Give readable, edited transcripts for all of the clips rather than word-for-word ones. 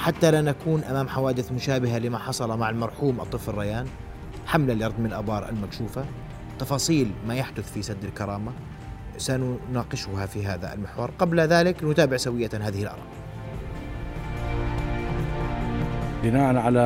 حتى لا نكون أمام حوادث مشابهة لما حصل مع المرحوم الطفل ريان، حملة لردم الآبار المكشوفة، تفاصيل ما يحدث في سد الكرامة سنناقشها في هذا المحور. قبل ذلك نتابع سوية هذه الآراء. بناء على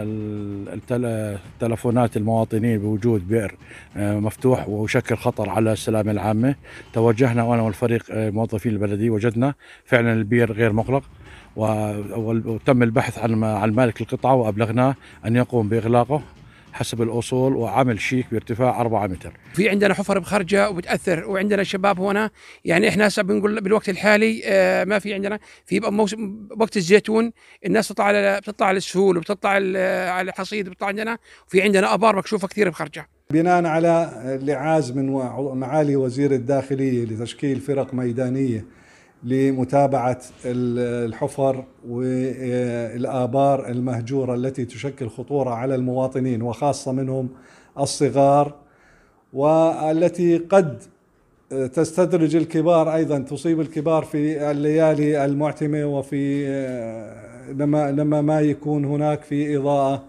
تلفونات المواطنين بوجود بئر مفتوح ويشكل خطر على السلامة العامة، توجهنا أنا والفريق موظفين البلدية، وجدنا فعلا البئر غير مغلق، وتم البحث عن مالك القطعة وأبلغناه أن يقوم بإغلاقه حسب الأصول وعمل شيك بارتفاع 4 متر. في عندنا حفر بخرجة وبتأثر، وعندنا شباب هنا يعني إحنا هسه بنقول بالوقت الحالي ما في عندنا في موسم وقت الزيتون الناس بتطلع على السهول وبتطلع على الحصيد بتطلع عندنا، وفي عندنا آبار مكشوفة كثير بخرجة. بناء على الإعاز من معالي وزير الداخلية لتشكيل فرق ميدانية لمتابعة الحفر والآبار المهجورة التي تشكل خطورة على المواطنين وخاصة منهم الصغار، والتي قد تستدرج الكبار أيضا، تصيب الكبار في الليالي المعتمة، وفي لما ما يكون هناك في إضاءة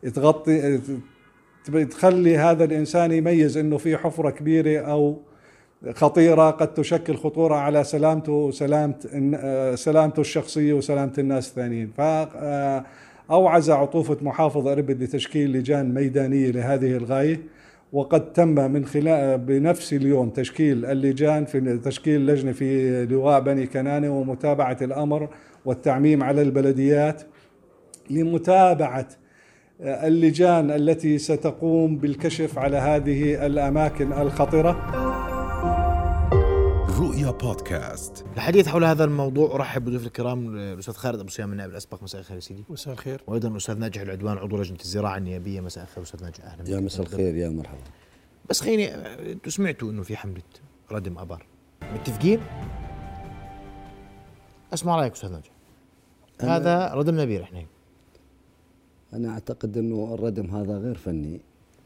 تخلي هذا الإنسان يميز أنه في حفرة كبيرة أو خطيرة قد تشكل خطورة على سلامته الشخصية وسلامة الناس الثانيين. فأوعز عطوفة محافظ إربد لتشكيل لجان ميدانية لهذه الغاية، وقد تم من خلال بنفس اليوم تشكيل اللجان في تشكيل لجنة في لواء بني كنانة ومتابعة الأمر والتعميم على البلديات لمتابعة اللجان التي ستقوم بالكشف على هذه الأماكن الخطرة. رؤيا بودكاست. الحديث حول هذا الموضوع أرحب بضيوف الكرام الأستاذ خالد أبو صيام النائب الأسبق، مساء الخير سيدي. مساء الخير. وأيضا الأستاذ ناجح العدوان عضو لجنة الزراعة النيابية، مساء الخير أستاذ ناجح. أهلا يا مساء الخير، يا مرحبا. بس خليني، أنتوا سمعتوا إنه في حملة ردم آبار، متفقين؟ أسمع رأيك أستاذ ناجح. هذا ردمنا بير إحنا. أنا أعتقد أنه الردم هذا غير فني،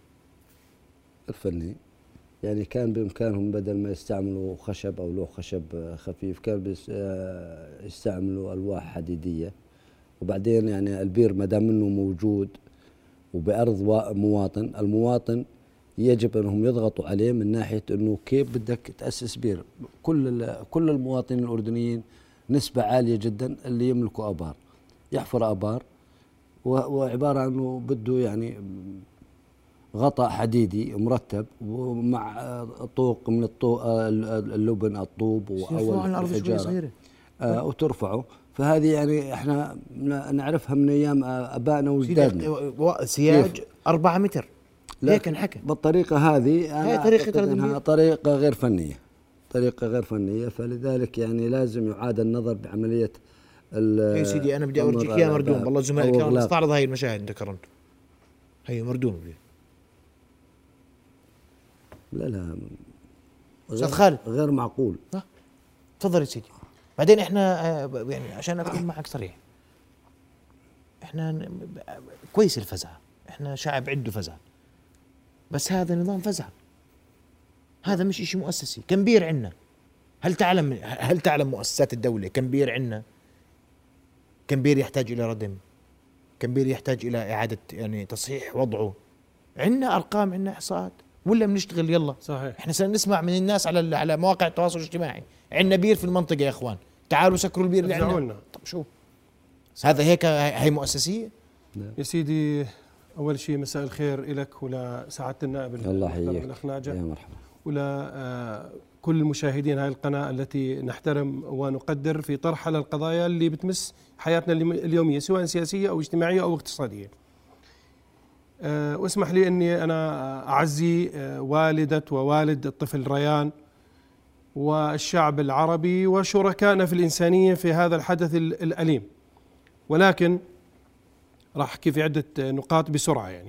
يعني كان بإمكانهم بدل ما يستعملوا خشب أو لوح خشب خفيف كان يستعملوا ألواح حديدية. وبعدين يعني البير ما دام انه موجود وبأرض مواطن، المواطن يجب أنهم يضغطوا عليه من ناحية أنه كيف بدك تأسس بير. كل المواطنين الأردنيين نسبة عالية جدا اللي يملكوا آبار، يحفر آبار، وعبارة عنه بده يعني غطاء حديدي مرتب ومع طوق من اللبن الطوب أو الحجارة وترفعه. فهذه يعني احنا نعرفها من ايام ابائنا واجدادنا. سياج 4 متر هيك انحكى بالطريقه هذه. هي طريقه طريقه غير فنيه، فلذلك يعني لازم يعاد النظر بعمليه يا سيدي. انا بدي اورجيك اياها مردوم، والله الزملاء كانوا نستعرض هاي المشاهد انت كرمت هي مردوم. لا استاذ خالد غير معقول. تفضل يا سيدي. بعدين احنا يعني عشان اكون معك صريح، احنا كويس الفزعه، احنا شعب عنده فزعه، بس هذا نظام فزعه، هذا مش اشي مؤسسي. كم بير عنا؟ هل تعلم مؤسسات الدوله كم بير عنا؟ كم بير يحتاج الى ردم؟ كم بير يحتاج الى اعاده يعني تصحيح وضعه؟ عنا ارقام، عنا احصاءات، ولا بنشتغل يلا؟ صحيح. احنا سنسمع من الناس على مواقع التواصل الاجتماعي عندنا بير في المنطقه يا اخوان، تعالوا سكروا البير اللي عندنا. طب شو هذا؟ هيك هي مؤسسيه؟ يا سيدي، اول شيء مساء الخير لك ولسعاده النائب الاخ ناجح، يا مرحبا، ولا كل المشاهدين هاي القناه التي نحترم ونقدر في طرح على القضايا اللي بتمس حياتنا اليوميه سواء سياسيه او اجتماعيه او اقتصاديه. واسمح لي اني انا اعزي والده ووالد الطفل ريان والشعب العربي وشركائنا في الإنسانية في هذا الحدث الأليم، ولكن راح أحكي في عدة نقاط بسرعة. يعني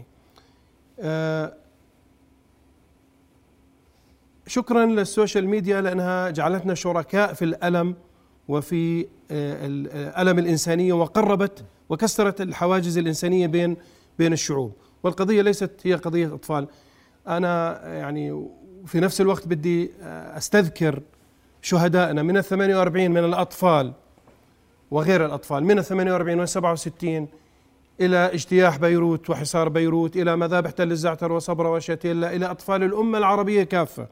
شكرا للسوشيال ميديا لأنها جعلتنا شركاء في الألم وفي الألم الإنسانية، وقربت وكسرت الحواجز الإنسانية بين الشعوب. والقضية ليست هي قضية أطفال. أنا يعني في نفس الوقت بدي أستذكر شهدائنا من 48 من الأطفال وغير الأطفال من 48 و 67 إلى اجتياح بيروت وحصار بيروت، إلى مذابح تل الزعتر وصبرا وشتيلا، إلى أطفال الأمة العربية كافة،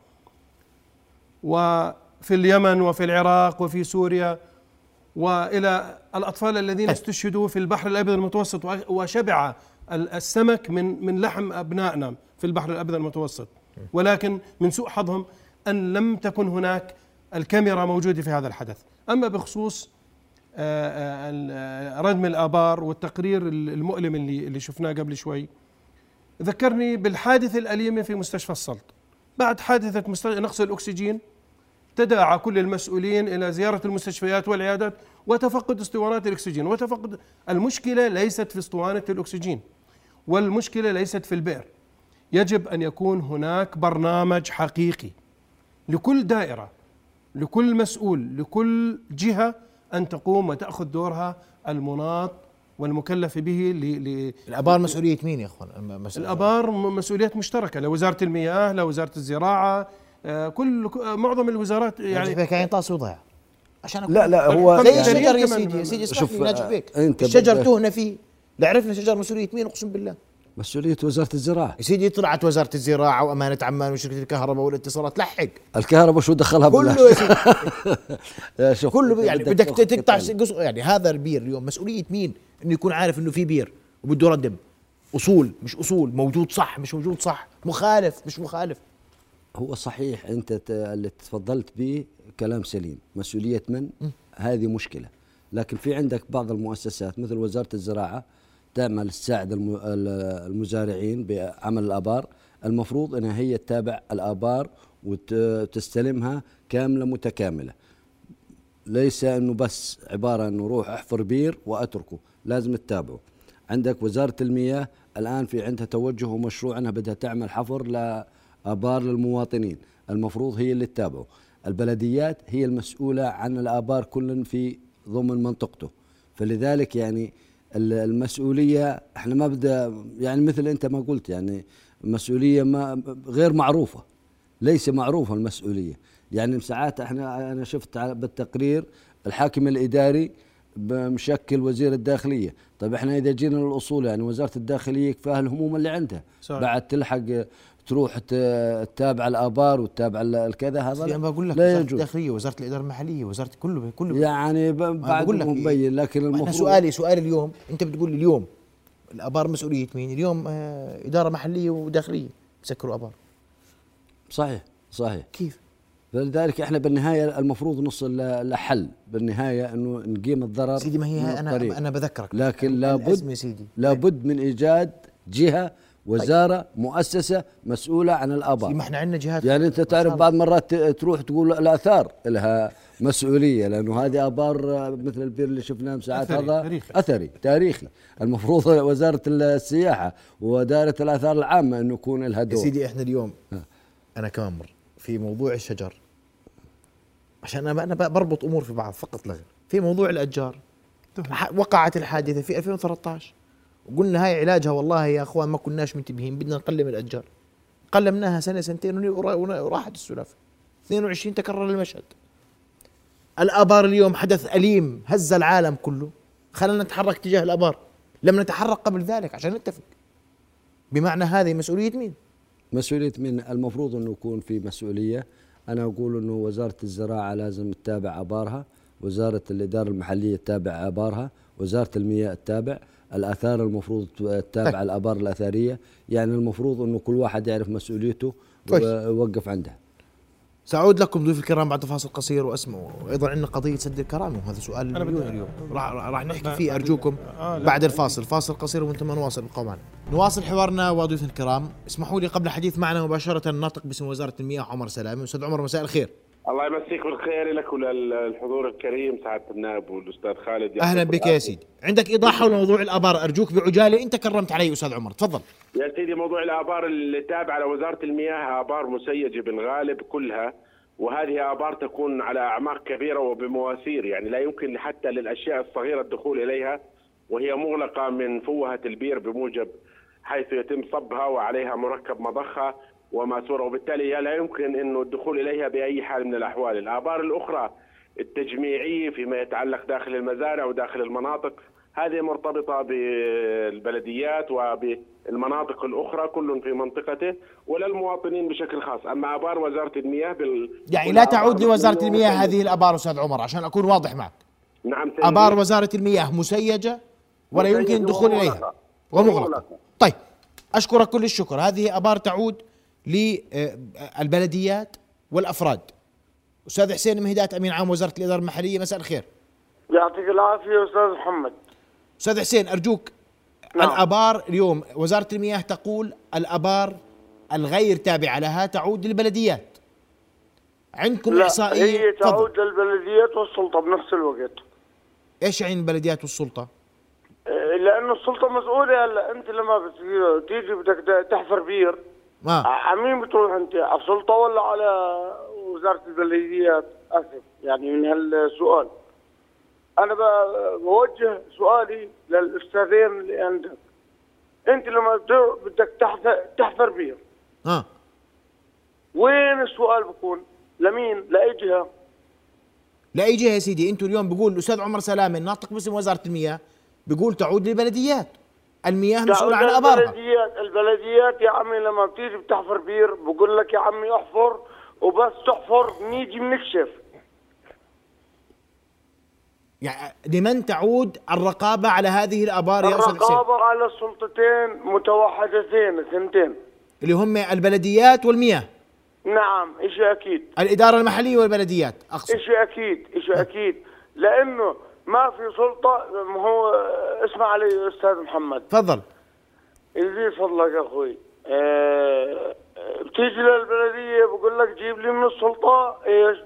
وفي اليمن وفي العراق وفي سوريا، وإلى الأطفال الذين استشهدوا في البحر الأبيض المتوسط وشبع السمك من لحم أبنائنا في البحر الأبيض المتوسط، ولكن من سوء حظهم أن لم تكن هناك الكاميرا موجودة في هذا الحدث. أما بخصوص ردم الآبار والتقرير المؤلم اللي شفناه قبل شوي، ذكرني بالحادثة الأليمة في مستشفى السلط. بعد حادثة نقص الأكسجين تداعى كل المسؤولين إلى زيارة المستشفيات والعيادات وتفقد اسطوانات الأكسجين، وتفقد. المشكلة ليست في اسطوانة الأكسجين، والمشكلة ليست في البئر. يجب أن يكون هناك برنامج حقيقي لكل دائرة، لكل مسؤول، لكل جهة أن تقوم وتأخذ دورها المناط والمكلف به. الآبار مسؤولية مين يا أخوان؟ الآبار مسؤوليات مشتركة لوزارة المياه، لوزارة الزراعة، معظم الوزارات يعني. كاين طاس وضيع عشان لا هو زي الشجر يا سيدي شوف ناجح بيك، انت الشجر تهنا فيه، لا عرفنا شجر مسؤولية مين؟ اقسم بالله مسؤولية وزارة الزراعة يا سيدي. طلعت وزارة الزراعة وأمانة عمان وشركة الكهرباء والاتصالات، لحق الكهرباء شو دخلها كله يا سيدي. كله يعني بدك تقطع يعني هذا البير اليوم مسؤولية مين؟ انه يكون عارف انه في بير وبده ردم، اصول مش اصول، موجود صح مش موجود صح، مخالف مش مخالف. هو صحيح انت اللي تفضلت به كلام سليم، مسؤولية من؟ هذه مشكلة. لكن في عندك بعض المؤسسات مثل وزارة الزراعة تعمل تساعد المزارعين بعمل الآبار، المفروض انها هي تتابع الآبار وتستلمها كاملة متكاملة، ليس انه بس عبارة انه روح احفر بير واتركه، لازم تتابعه. عندك وزارة المياه الآن في عندها توجه ومشروع انها بدها تعمل حفر لآبار للمواطنين، المفروض هي اللي تتابعه. البلديات هي المسؤولة عن الآبار كل في ضمن منطقته، فلذلك يعني المسؤولية احنا ما بدأ يعني مثل انت ما قلت، يعني مسؤولية ما غير معروفة، ليس معروفة المسؤولية. يعني ساعات انا شفت بالتقرير الحاكم الإداري بمشكل وزير الداخلية. طيب احنا اذا جينا للأصول يعني وزارة الداخلية كفاها الهموم اللي عندها، بعد تلحق تروح تتابع الآبار وتتابع الكذا، هذا انا بقول لك لا وزارة يجوز. الداخلية، وزارة الإدارة المحلية، وزارة كله يعني بعد مبين. لكن المفروض سؤالي اليوم انت بتقول لي اليوم الآبار مسؤولية مين؟ اليوم إدارة محلية وداخلية بسكروا آبار. صحيح كيف؟ فلذلك احنا بالنهايه المفروض نوصل لحل بالنهايه انه نقيم الضرر سيدي. ما هي انا بذكرك، لكن لابد من ايجاد جهه، وزاره، مؤسسه مسؤوله عن الآبار. ما احنا عندنا جهات، يعني انت تعرف بعض مرات تروح تقول الآثار لها مسؤوليه، لانه هذه آبار مثل البير اللي شفناه ساعات هذا اثري تاريخي، المفروض وزاره السياحه واداره الآثار العامه انه يكون لها دور. يا سيدي احنا اليوم انا كمان مر في موضوع الشجر، عشان انا بربط امور في بعض فقط لا غير. في موضوع الاشجار وقعت الحادثه في 2013 وقلنا هاي علاجها والله يا اخوان ما كناش منتبهين، بدنا نقلم الاشجار. قلمناها سنه سنتين وراحت السلافه. 22 تكرر المشهد. الآبار اليوم حدث أليم هز العالم كله، خلينا نتحرك تجاه الآبار. لم نتحرك قبل ذلك عشان نتفق. بمعنى هذه مسؤولية مين؟ مسؤولية مين؟ المفروض أنه يكون في مسؤولية. أنا أقول أنه وزارة الزراعة لازم تتابع آبارها، وزارة الإدارة المحلية تتابع آبارها، وزارة المياه تتابع، الآثار المفروض تتابع الآبار الأثرية. يعني المفروض أنه كل واحد يعرف مسؤوليته ويوقف عندها. سأعود لكم ضيوف الكرام بعد فاصل قصير واسمعوا أيضا عندنا قضية سد الكرامة، وهذا سؤال مليون اليوم راح نحكي فيه أرجوكم بعد الفاصل. فاصل قصير وانتم نواصل القوم معنا. نواصل حوارنا وضيوف الكرام. اسمحوا لي قبل الحديث معنا مباشرة الناطق باسم وزارة المياه عمر سلامة. أستاذ عمر مساء الخير. الله يمسيك بالخير لك وللحضور الكريم سعادة النائب والأستاذ خالد. أهلا بك يا سيدي. عندك إيضاح حول موضوع الآبار أرجوك بعجالة، أنت كرمت علي أستاذ عمر، تفضل. يا سيدي موضوع الآبار اللي تابعة لوزارة المياه آبار مسيجة بالغالب كلها، وهذه آبار تكون على أعماق كبيرة وبمواسير، يعني لا يمكن حتى للأشياء الصغيرة الدخول إليها، وهي مغلقة من فوهة البير بموجب حيث يتم صبها وعليها مركب مضخة وماسورة، وبالتالي لا يمكن أنه الدخول إليها بأي حال من الأحوال. الآبار الأخرى التجميعية فيما يتعلق داخل المزارع وداخل المناطق، هذه مرتبطة بالبلديات وبالمناطق الأخرى كل في منطقته وللمواطنين بشكل خاص. أما آبار وزارة المياه يعني لا تعود لوزارة المياه هذه الآبار أستاذ عمر عشان أكون واضح معك. نعم، آبار وزارة المياه مسيجة ولا يمكن الدخول إليها ومغلقة. طيب أشكرك كل الشكر. هذه آبار تعود للبلديات والأفراد. أستاذ حسين مهدات أمين عام وزارة الإدارة المحلية، مساء الخير. يعطيك العافية أستاذ محمد. أستاذ حسين أرجوك، نعم. الآبار اليوم وزارة المياه تقول الآبار الغير تابعة لها تعود للبلديات، عندكم إحصائية؟ هي تعود للبلديات والسلطة بنفس الوقت. إيش يعني البلديات والسلطة؟ لأنه السلطة مسؤولة. هلا أنت لما تيجي بدك تحفر بير، على مين بتروح أنت؟ على السلطة ولا على وزارة البلديات؟ أسف يعني من هالسؤال. أنا بوجه سؤالي للأستاذين اللي عندك. أنت لما بدك تحفر بير، وين السؤال بكون؟ لمين؟ لأي جهة؟ لأي جهة يا سيدي؟ أنتوا اليوم بيقول الأستاذ عمر سلامة الناطق باسم وزارة المياه بيقول تعود للبلديات، المياه مسؤولة عن آبارها. البلديات يا عمي لما بتيجي بتحفر بير بقول لك يا عمي احفر، وبس تحفر نيجي بنكشف. يعني لمن تعود الرقابة على هذه الآبار يا أستاذ حسين؟ الرقابة على السلطتين متوحدتين ثنتين اللي هم البلديات والمياه. نعم، إشي أكيد. الإدارة المحلية والبلديات أقصد. إشي أكيد، إشي أكيد، لأنه ما في سلطة. ما هو اسمع علي أستاذ محمد. تفضل. يزيد فضلك يا أخوي. بتيجي للبلدية بقول لك جيب لي من السلطة إيش؟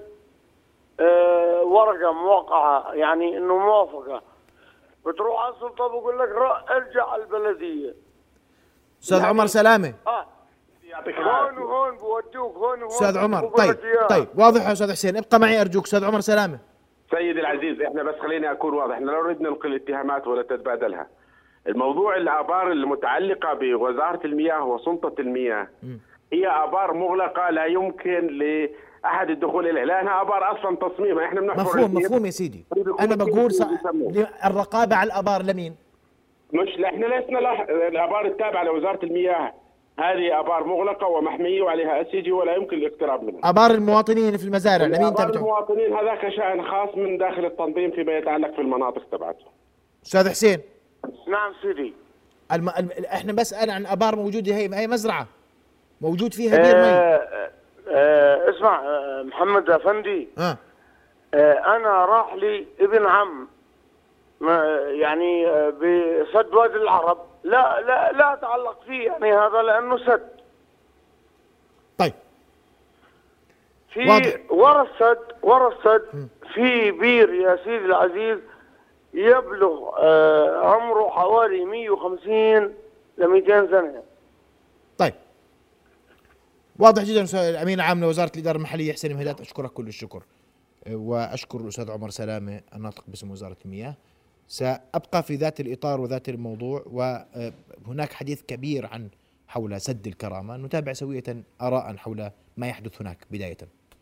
ورقة موقعة يعني إنه موافقة. بتروح على السلطة بقول لك ارجع على البلدية. أستاذ يعني عمر سلامة. هون وهون بودوك هون وهون. أستاذ عمر طيب واضح يا أستاذ حسين، ابقى معي أرجوك. أستاذ عمر سلامة. سيدي العزيز، احنا بس خليني اكون واضح، احنا لا نريد نلقي الاتهامات ولا تتبادلها. الموضوع الآبار المتعلقة بوزارة المياه وسلطة المياه هي آبار مغلقة لا يمكن لأحد الدخول إليها، لأنها آبار أصلا تصميمها احنا بنحفر. مفهوم يا سيدي. أنا بقول الرقابة على الآبار لمين؟ مش احنا لسنا الآبار التابعة لوزارة المياه هذه آبار مغلقة ومحمية وعليها أسيجي ولا يمكن الاقتراب منها. آبار المواطنين في المزارع لمين تبعهم؟ المواطنين هذاك شأن خاص من داخل التنظيم فيما يتعلق في المناطق تبعته. أستاذ حسين. نعم سيدي. احنا بسأل عن آبار موجودة، هي مزرعة موجود فيها بير مي. اسمع محمد أفندي. أنا راح لي ابن عم يعني بسد وادي العرب، لا أتعلق فيه يعني هذا لأنه سد. طيب في ورا السد في بير يا سيدي العزيز يبلغ عمره حوالي 150 ل 200 سنة. طيب واضح جدا. الأمين العام لوزارة الإدارة المحلية حسين مهدات، أشكرك كل الشكر، وأشكر الأستاذ عمر سلامة الناطق باسم وزارة المياه. سأبقى في ذات الإطار وذات الموضوع، وهناك حديث كبير عن حول سد الكرامة. نتابع سوية آراء حول ما يحدث هناك. بداية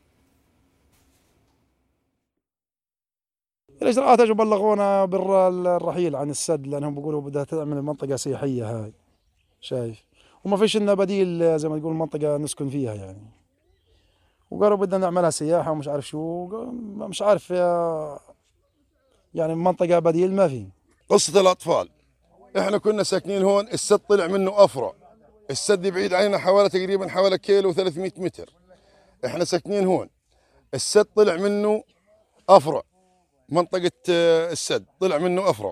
الإجراءات اجوا بلغونا بالرحيل عن السد، لأنهم بيقولوا بدها تعمل منطقة سياحية هاي، شايف، وما فيش لنا بديل زي ما تقول منطقة نسكن فيها يعني، وقالوا بدنا نعملها سياحة ومش عارف شو، مش عارف يعني منطقة بديل ما في. قصة الأطفال، إحنا كنا ساكنين هون، السد طلع منه أفرع، السد بعيد علينا تقريبا حوالي كيلو 300 متر، إحنا ساكنين هون، السد طلع منه أفرع، منطقة السد طلع منه أفرع،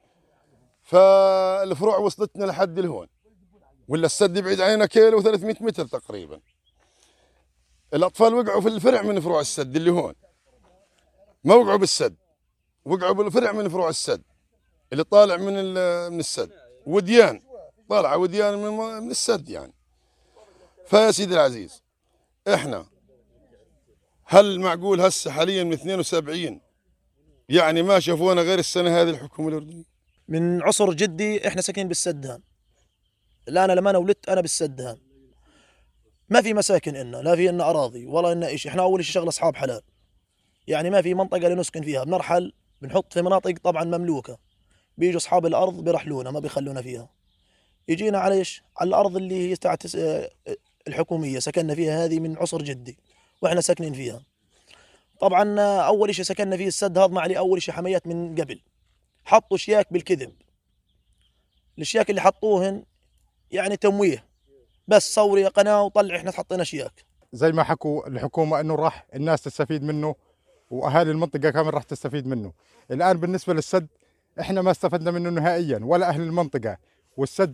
فالفروع وصلتنا لحد الهون، ولا السد بعيد علينا كيلو 300 متر تقريبا. الأطفال وقعوا في الفرع من فروع السد اللي هون، ما وقعوا بالسد، وقعوا بالفرع من فروع السد اللي طالع من السد، وديان طالعه وديان من السد يعني. فيا سيدي العزيز، احنا هل معقول هسه حاليا من 72 يعني ما شافونا غير السنه هذه الحكومه الاردنيه؟ من عصر جدي احنا ساكنين بالسد هان، الان لما انا ولدت انا بالسد هان، ما في مساكن إلنا، لا في إلنا أراضي ولا إلنا إشي. إحنا أول شيء شغل أصحاب حلال، يعني ما في منطقة لنسكن فيها، بنرحل بنحط في مناطق طبعا مملوكة، بيجوا أصحاب الأرض بيرحلونا ما بيخلونا فيها. يجينا على إيش؟ على الأرض اللي هي تاعت الحكومية سكننا فيها، هذه من عصر جدي وإحنا ساكنين فيها. طبعا أول شيء سكننا فيه السد هذا، مع لي أول شيء حمايات من قبل، حطوا شياك بالكذب. الشياك اللي حطوهن يعني تمويه، بس صوري قناة وطلع إحنا حطينا شياك. زي ما حكوا الحكومة إنه راح الناس تستفيد منه وأهالي المنطقة كمان راح تستفيد منه. الآن بالنسبة للسد إحنا ما استفدنا منه نهائيا ولا أهل المنطقة، والسد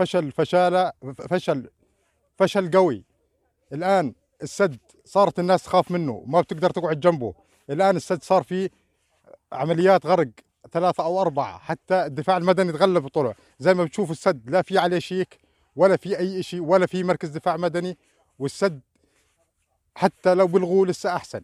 فشل قوي. الآن السد صارت الناس تخاف منه وما بتقدر تقعد جنبه. الآن السد صار فيه عمليات غرق 3 أو 4، حتى الدفاع المدني تغلب وطلع. زي ما بتشوفوا السد لا في عليه شيك ولا في أي شيء ولا في مركز دفاع مدني، والسد حتى لو بلغوه لسه أحسن.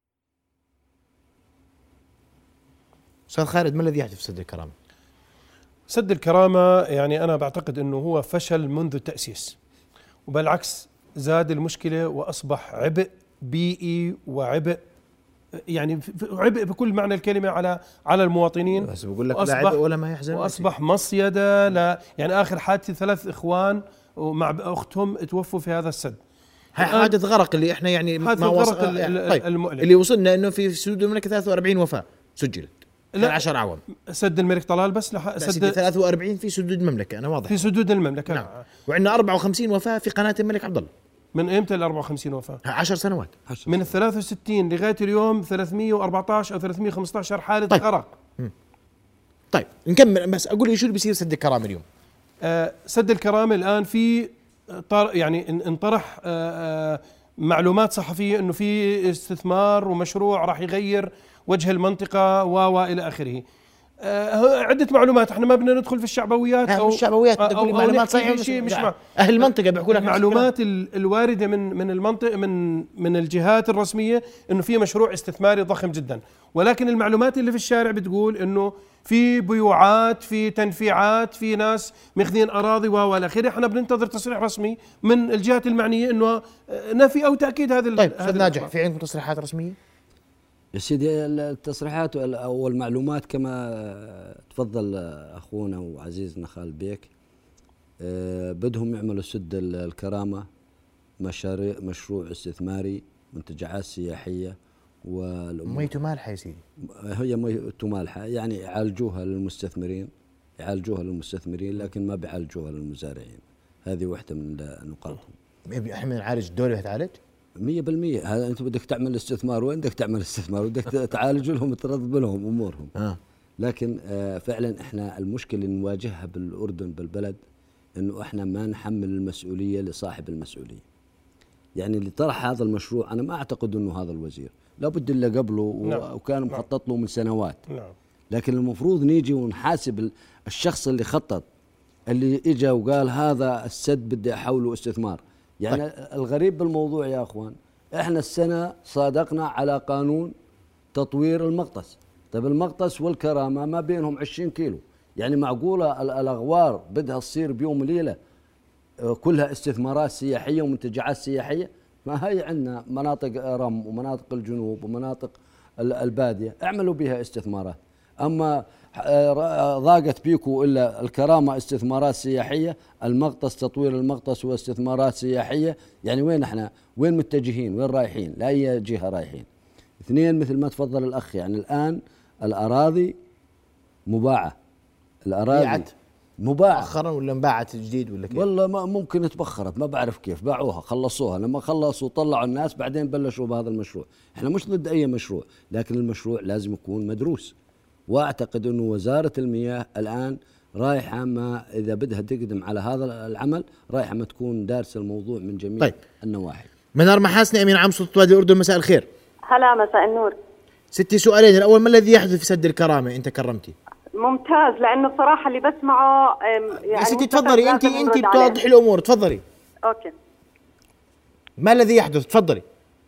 أستاذ خالد، ما الذي يحدث في سد الكرامة؟ سد الكرامة يعني أنا بعتقد أنه هو فشل منذ التأسيس، وبالعكس زاد المشكلة وأصبح عبء بيئي وعبء، يعني عبء بكل معنى الكلمة على المواطنين. بس بقول لك لا عبء ولا ما يحزن، وأصبح مصيدة. لا يعني آخر حادثة 3 إخوان ومع أختهم توفوا في هذا السد. هاي حادث غرق اللي احنا يعني ما غرق طيب المؤلم اللي وصلنا انه في سدود المملكة 43 وفاة سجلت. 10 أعوام. سد الملك طلال بس سد 43 في سدود المملكة، أنا واضح في سدود المملكة. نعم. وعندنا 54 وفاة في قناة الملك عبد الله. من ايمتى ال 54 وفاة؟ 10 سنوات. من ال 63 لغاية اليوم 314 أو 315 حالة غرق. طيب نكمل، بس أقول لي شو اللي بيصير سد الكرامة اليوم؟ سد الكرامة الآن في يعني انطرح معلومات صحفية إنه في استثمار ومشروع راح يغير وجه المنطقة إلى آخره. عدة معلومات، احنا ما بدنا ندخل في الشعبويات أو الشعبويات، أو معلومات صحيحة مش مع أهل المنطقة بيحكوا لك المعلومات الواردة من المنطقة من الجهات الرسمية إنه في مشروع استثماري ضخم جدا، ولكن المعلومات اللي في الشارع بتقول إنه في بيوعات، في تنفيعات، في ناس ماخذين أراضي والى آخره. احنا بننتظر تصريح رسمي من الجهات المعنية إنه نفي أو تأكيد هذا. طيب أستاذ ناجح، في عندكم تصريحات رسمية؟ يا سيدي التصريحات أو المعلومات كما تفضل أخونا وعزيزنا خالد بيك، بدهم يعملوا سد الكرامة مشروع استثماري، منتجعات سياحية، ميته مالحة يا سيدي. هي ميته مالحة، يعني يعالجوها للمستثمرين لكن ما بيعالجوها للمزارعين. هذه واحدة من نقاطهم. احنا نعالج الدولة هتعالج 100%. هذا انت بدك تعمل استثمار، وين بدك تعمل استثمار؟ بدك تعالج لهم وترضب لهم امورهم. لكن فعلا احنا المشكله اللي نواجهها بالاردن بالبلد انه احنا ما نحمل المسؤوليه لصاحب المسؤوليه. يعني اللي طرح هذا المشروع انا ما اعتقد انه هذا الوزير، لابد اللي قبله وكان مخطط له من سنوات. لكن المفروض نيجي ونحاسب الشخص اللي خطط، اللي اجى وقال هذا السد بدي احوله استثمار. يعني الغريب بالموضوع يا اخوان، احنا السنه صادقنا على قانون تطوير المقطس. طيب المقطس والكرامه ما بينهم 20 كيلو، يعني معقوله الاغوار بدها تصير بيوم وليله كلها استثمارات سياحيه ومنتجعات سياحيه؟ ما هي عندنا مناطق رم ومناطق الجنوب ومناطق الباديه اعملوا بها استثمارات. اما ضاقت بيكو إلا الكرامة استثمارات سياحية، المقطس تطوير المقطس واستثمارات سياحية. يعني وين احنا؟ وين متجهين؟ وين رايحين؟ لأي جهة رايحين؟ 2 مثل ما تفضل الأخ، يعني الآن الأراضي مباعة، الأراضي مباعة مؤخرا ولا انباعت جديد ولا كيف؟ والله ما ممكن تبخرت، ما بعرف كيف باعوها، خلصوها. لما خلصوا طلعوا الناس بعدين بلشوا بهذا المشروع. احنا مش ضد أي مشروع، لكن المشروع لازم يكون مدروس. واعتقد انه وزاره المياه الان رايحه، ما اذا بدها تقدم على هذا العمل رايحه ما تكون دارسه الموضوع من جميع النواحي. منار محاسني، امين عام سلطه وادي الاردن، مساء الخير. هلا مساء النور. ستي سؤالين، الاول ما الذي يحدث في سد الكرامه؟ انت كرمتي. ممتاز، لانه بصراحه اللي بسمعه يعني ستي تفضلي، انت بتوضحي الامور، تفضلي. اوكي. ما الذي يحدث؟ تفضلي.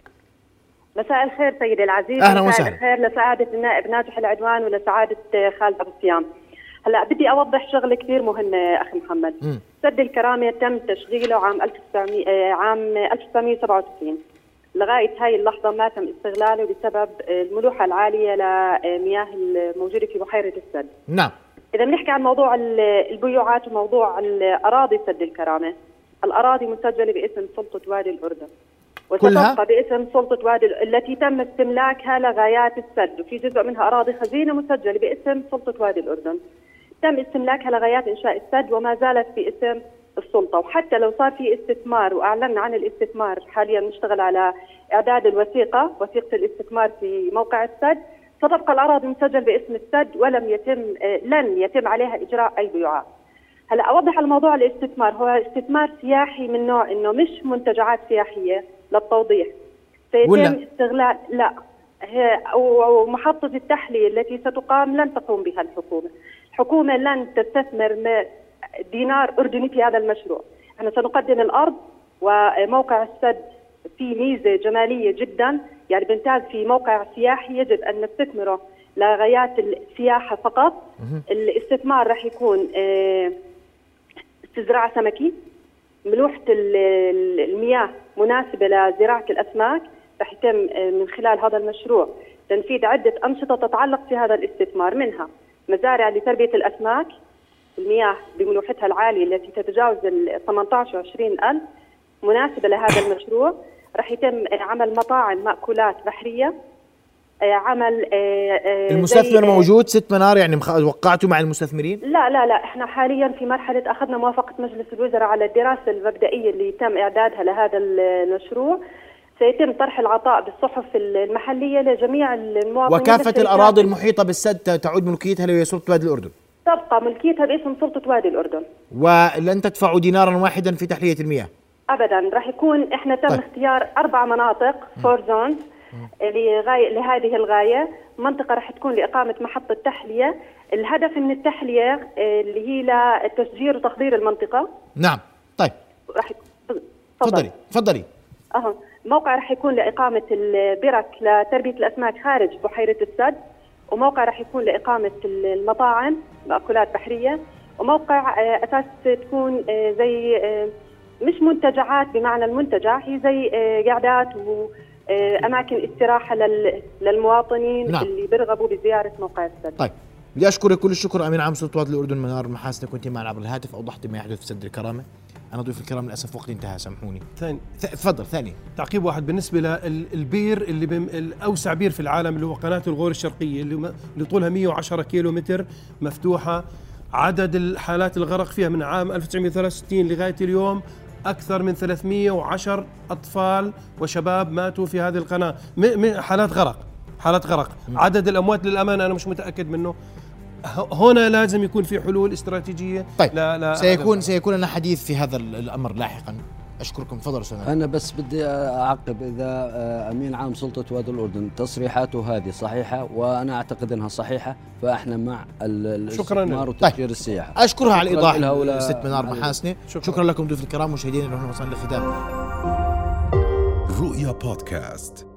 مساء الخير سيدي العزيز. اهلا وسهلا. مساء الخير لسعاده النائب ناجح العدوان ولسعاده خالد ابو الصيام. هلا بدي اوضح شغله كثير مهمه اخي محمد. سد الكرامه تم تشغيله عام 1997. لغاية هاي اللحظة ما تم استغلاله بسبب الملوحة العالية لمياه الموجودة في بحيرة السد. نعم. إذا بنحكي عن موضوع البيوعات وموضوع الأراضي سد الكرامة، الأراضي مسجلة باسم سلطة وادي الأردن وتبقى باسم سلطة وادي التي تم استملاكها لغايات السد، وفي جزء منها أراضي خزينة مسجلة باسم سلطة وادي الأردن تم استملاكها لغايات إنشاء السد وما زالت باسم السلطة. وحتى لو صار في استثمار وأعلنا عن الاستثمار، حاليا نشتغل على إعداد وثيقة الاستثمار في موقع السد، ستبقى الأراضي مسجل باسم السد لن يتم عليها إجراء أي بيوعات. هلا أوضح على موضوع الاستثمار، هو استثمار سياحي من نوع إنه مش منتجعات سياحية للتوضيح. سيتم استغلال ومحطة التحلية التي ستقام لن تقوم بها الحكومة لن تستثمر دينار أردني في هذا المشروع. احنا سنقدم الأرض وموقع السد فيه ميزة جمالية جدا، يعني بنتاز في موقع سياحي يجب أن نستثمره لغايات السياحة فقط. الاستثمار رح يكون استزراع سمكي، ملوحة المياه مناسبة لزراعة الأسماك، رح يتم من خلال هذا المشروع تنفيذ عدة أنشطة تتعلق في هذا الاستثمار، منها مزارع لتربية الأسماك، المياه بملوحتها العالية التي تتجاوز 18 و 20 ألف مناسبة لهذا المشروع. رح يتم عمل مطاعم مأكولات بحرية، عمل المستثمر موجود 6 منار، يعني وقعتوا مع المستثمرين؟ لا احنا حاليا في مرحلة أخذنا موافقة مجلس الوزراء على الدراسة المبدئية اللي تم إعدادها لهذا المشروع. سيتم طرح العطاء بالصحف المحلية لجميع المواطنين. وكافة الأراضي المحيطة بالسد تعود ملكيتها لسلطة وادي الأردن؟ تبقى ملكيتها باسم سلطة وادي الأردن. ولن تدفعوا دينارا واحدا في تحلية المياه؟ أبدا، راح يكون احنا تم اختيار 4 مناطق 4 زونز لهذه الغاية. منطقة راح تكون لإقامة محطة تحلية، الهدف من التحلية اللي هي لتشجير وتخضير المنطقة. نعم. طيب راح تفضلي. موقع راح يكون لإقامة البرك لتربية الأسماك خارج بحيرة السد، وموقع راح يكون لإقامة المطاعم مأكولات بحرية، وموقع أساس تكون زي مش منتجعات بمعنى المنتجع، هي زي قعدات وأماكن استراحة للمواطنين. نعم. اللي بيرغبوا بزيارة موقع السد. طيب، بدي أشكرك كل الشكر أمين عام سلطة وادي الأردن منار المحاسنة، كنت معنا عبر الهاتف، أوضحت ما يحدث في سد الكرامة. أنا ضيف الكرام للأسف وقت انتهى، سامحوني. تفضل. ثاني تعقيب واحد بالنسبة للبير اللي الأوسع بير في العالم اللي هو قناة الغور الشرقية اللي طولها 110 كيلومتر مفتوحة. عدد الحالات الغرق فيها من عام 1963 لغاية اليوم أكثر من 310 أطفال وشباب ماتوا في هذه القناة، حالات غرق. عدد الأموات للأمانة أنا مش متأكد منه. هنا لازم يكون في حلول استراتيجية. طيب، سيكون لنا حديث في هذا الأمر لاحقا. أشكركم. تفضل أستاذ. أنا بس بدي أعقب، إذا أمين عام سلطة وادي الأردن تصريحاته هذه صحيحة، وأنا أعتقد أنها صحيحة، فإحنا مع الاستثمار وتشجير السياحة. أشكرها على الإيضاح ست منار محاسنة. شكرا لكم ضيوف الكرام. مشاهدينا، نحن وصلنا لختام رؤيا بودكاست.